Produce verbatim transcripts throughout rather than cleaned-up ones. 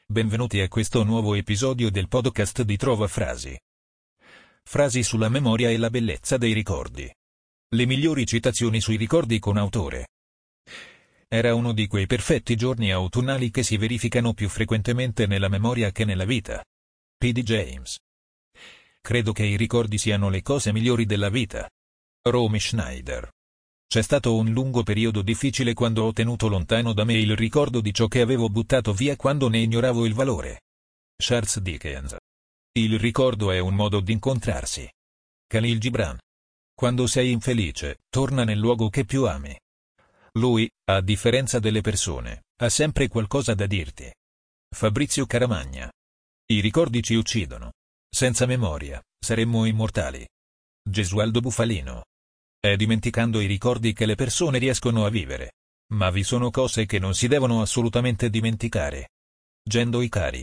Benvenuti a questo nuovo episodio del podcast di Trova Frasi. Frasi sulla memoria e la bellezza dei ricordi. Le migliori citazioni sui ricordi con autore. Era uno di quei perfetti giorni autunnali che si verificano più frequentemente nella memoria che nella vita. P D James. Credo che i ricordi siano le cose migliori della vita. Romy Schneider. C'è stato un lungo periodo difficile quando ho tenuto lontano da me il ricordo di ciò che avevo buttato via quando ne ignoravo il valore. Charles Dickens. Il ricordo è un modo di incontrarsi. Khalil Gibran. Quando sei infelice, torna nel luogo che più ami. Lui, a differenza delle persone, ha sempre qualcosa da dirti. Fabrizio Caramagna. I ricordi ci uccidono. Senza memoria, saremmo immortali. Gesualdo Bufalino. È dimenticando i ricordi che le persone riescono a vivere. Ma vi sono cose che non si devono assolutamente dimenticare. Gendo Ikari.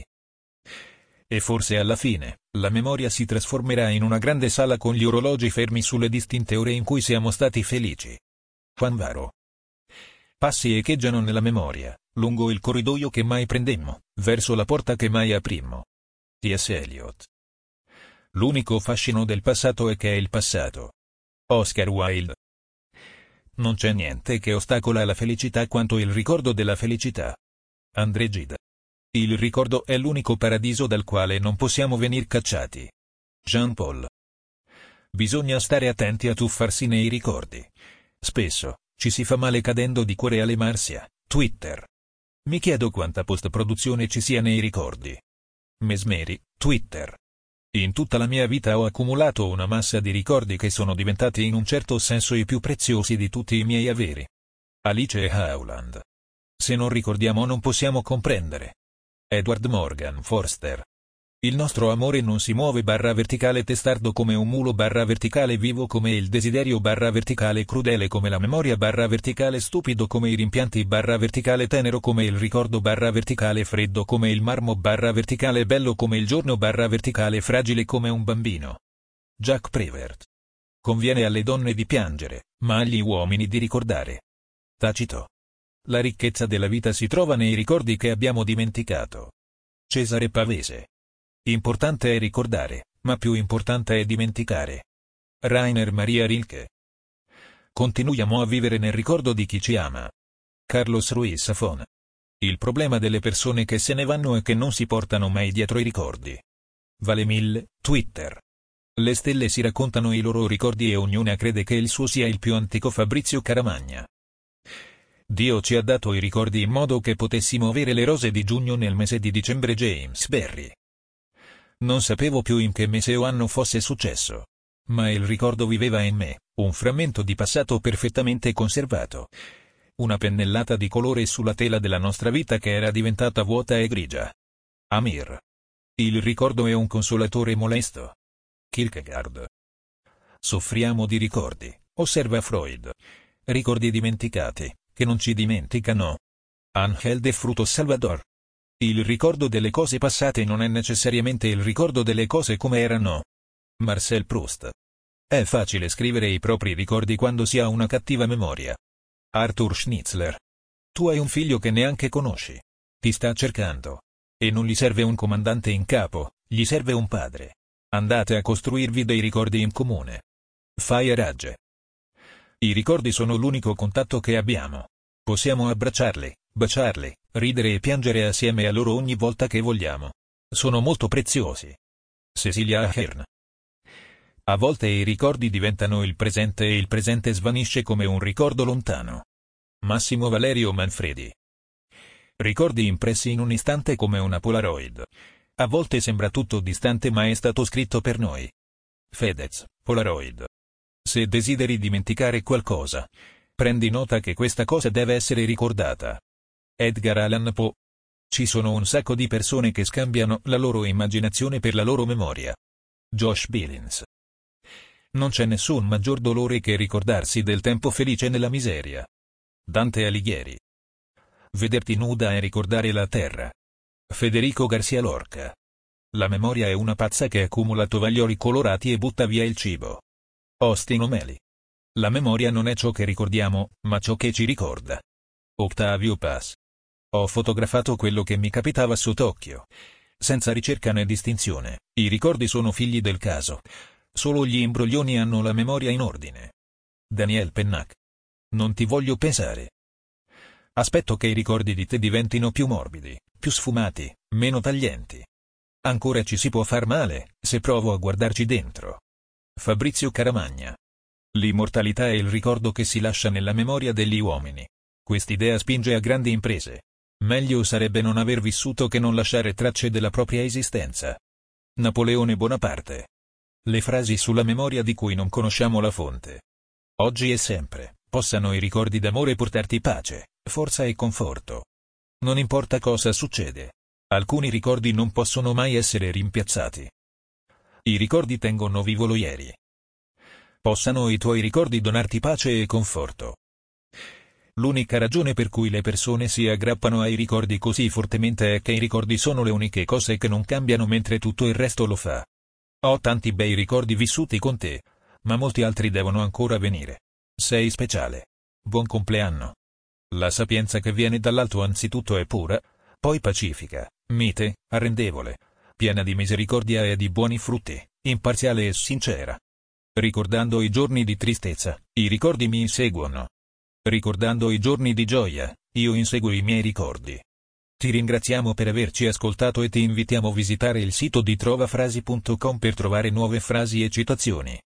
E forse alla fine, la memoria si trasformerà in una grande sala con gli orologi fermi sulle distinte ore in cui siamo stati felici. Juan Varo. Passi echeggiano nella memoria, lungo il corridoio che mai prendemmo, verso la porta che mai aprimmo. T S Eliot. L'unico fascino del passato è che è il passato. Oscar Wilde. Non c'è niente che ostacola la felicità quanto il ricordo della felicità. André Gide. Il ricordo è l'unico paradiso dal quale non possiamo venir cacciati. Jean Paul. Bisogna stare attenti a tuffarsi nei ricordi. Spesso, ci si fa male cadendo di cuore alle Marsia. Twitter. Mi chiedo quanta post-produzione ci sia nei ricordi. Mesmeri. Twitter. In tutta la mia vita ho accumulato una massa di ricordi che sono diventati in un certo senso i più preziosi di tutti i miei averi. Alice Howland. Se non ricordiamo non possiamo comprendere. Edward Morgan Forster. Il nostro amore non si muove barra verticale testardo come un mulo barra verticale vivo come il desiderio barra verticale crudele come la memoria barra verticale stupido come i rimpianti barra verticale tenero come il ricordo barra verticale freddo come il marmo barra verticale bello come il giorno barra verticale fragile come un bambino. Jack Prévert. Conviene alle donne di piangere, ma agli uomini di ricordare. Tacito. La ricchezza della vita si trova nei ricordi che abbiamo dimenticato. Cesare Pavese. Importante è ricordare, ma più importante è dimenticare. Rainer Maria Rilke. Continuiamo a vivere nel ricordo di chi ci ama. Carlos Ruiz Zafón. Il problema delle persone che se ne vanno è che non si portano mai dietro i ricordi. Vale mille, Twitter. Le stelle si raccontano i loro ricordi e ognuna crede che il suo sia il più antico. Fabrizio Caramagna. Dio ci ha dato i ricordi in modo che potessimo avere le rose di giugno nel mese di dicembre. James Barrie. Non sapevo più in che mese o anno fosse successo. Ma il ricordo viveva in me, un frammento di passato perfettamente conservato. Una pennellata di colore sulla tela della nostra vita che era diventata vuota e grigia. Amir. Il ricordo è un consolatore molesto. Kierkegaard. Soffriamo di ricordi, osserva Freud. Ricordi dimenticati, che non ci dimenticano. Ángel de Frutos Salvador. Il ricordo delle cose passate non è necessariamente il ricordo delle cose come erano. Marcel Proust. È facile scrivere i propri ricordi quando si ha una cattiva memoria. Arthur Schnitzler. Tu hai un figlio che neanche conosci. Ti sta cercando. E non gli serve un comandante in capo, gli serve un padre. Andate a costruirvi dei ricordi in comune. Fire Age. I ricordi sono l'unico contatto che abbiamo. Possiamo abbracciarli, baciarli, ridere e piangere assieme a loro ogni volta che vogliamo. Sono molto preziosi. Cecilia Ahern. A volte i ricordi diventano il presente e il presente svanisce come un ricordo lontano. Massimo Valerio Manfredi. Ricordi impressi in un istante come una Polaroid. A volte sembra tutto distante ma è stato scritto per noi. Fedez, Polaroid. Se desideri dimenticare qualcosa, prendi nota che questa cosa deve essere ricordata. Edgar Allan Poe. Ci sono un sacco di persone che scambiano la loro immaginazione per la loro memoria. Josh Billings. Non c'è nessun maggior dolore che ricordarsi del tempo felice nella miseria. Dante Alighieri. Vederti nuda e ricordare la terra. Federico Garcia Lorca. La memoria è una pazza che accumula tovaglioli colorati e butta via il cibo. Austin O'Malley. La memoria non è ciò che ricordiamo, ma ciò che ci ricorda. Octavio Paz. Ho fotografato quello che mi capitava sott'occhio. Senza ricerca né distinzione, i ricordi sono figli del caso. Solo gli imbroglioni hanno la memoria in ordine. Daniel Pennac. Non ti voglio pensare. Aspetto che i ricordi di te diventino più morbidi, più sfumati, meno taglienti. Ancora ci si può far male, se provo a guardarci dentro. Fabrizio Caramagna. L'immortalità è il ricordo che si lascia nella memoria degli uomini. Quest'idea spinge a grandi imprese. Meglio sarebbe non aver vissuto che non lasciare tracce della propria esistenza. Napoleone Bonaparte. Le frasi sulla memoria di cui non conosciamo la fonte. Oggi e sempre, possano i ricordi d'amore portarti pace, forza e conforto. Non importa cosa succede. Alcuni ricordi non possono mai essere rimpiazzati. I ricordi tengono vivo lo ieri. Possano i tuoi ricordi donarti pace e conforto. L'unica ragione per cui le persone si aggrappano ai ricordi così fortemente è che i ricordi sono le uniche cose che non cambiano mentre tutto il resto lo fa. Ho tanti bei ricordi vissuti con te, ma molti altri devono ancora venire. Sei speciale. Buon compleanno. La sapienza che viene dall'alto anzitutto è pura, poi pacifica, mite, arrendevole, piena di misericordia e di buoni frutti, imparziale e sincera. Ricordando i giorni di tristezza, i ricordi mi inseguono. Ricordando i giorni di gioia, io inseguo i miei ricordi. Ti ringraziamo per averci ascoltato e ti invitiamo a visitare il sito di trova frasi punto com per trovare nuove frasi e citazioni.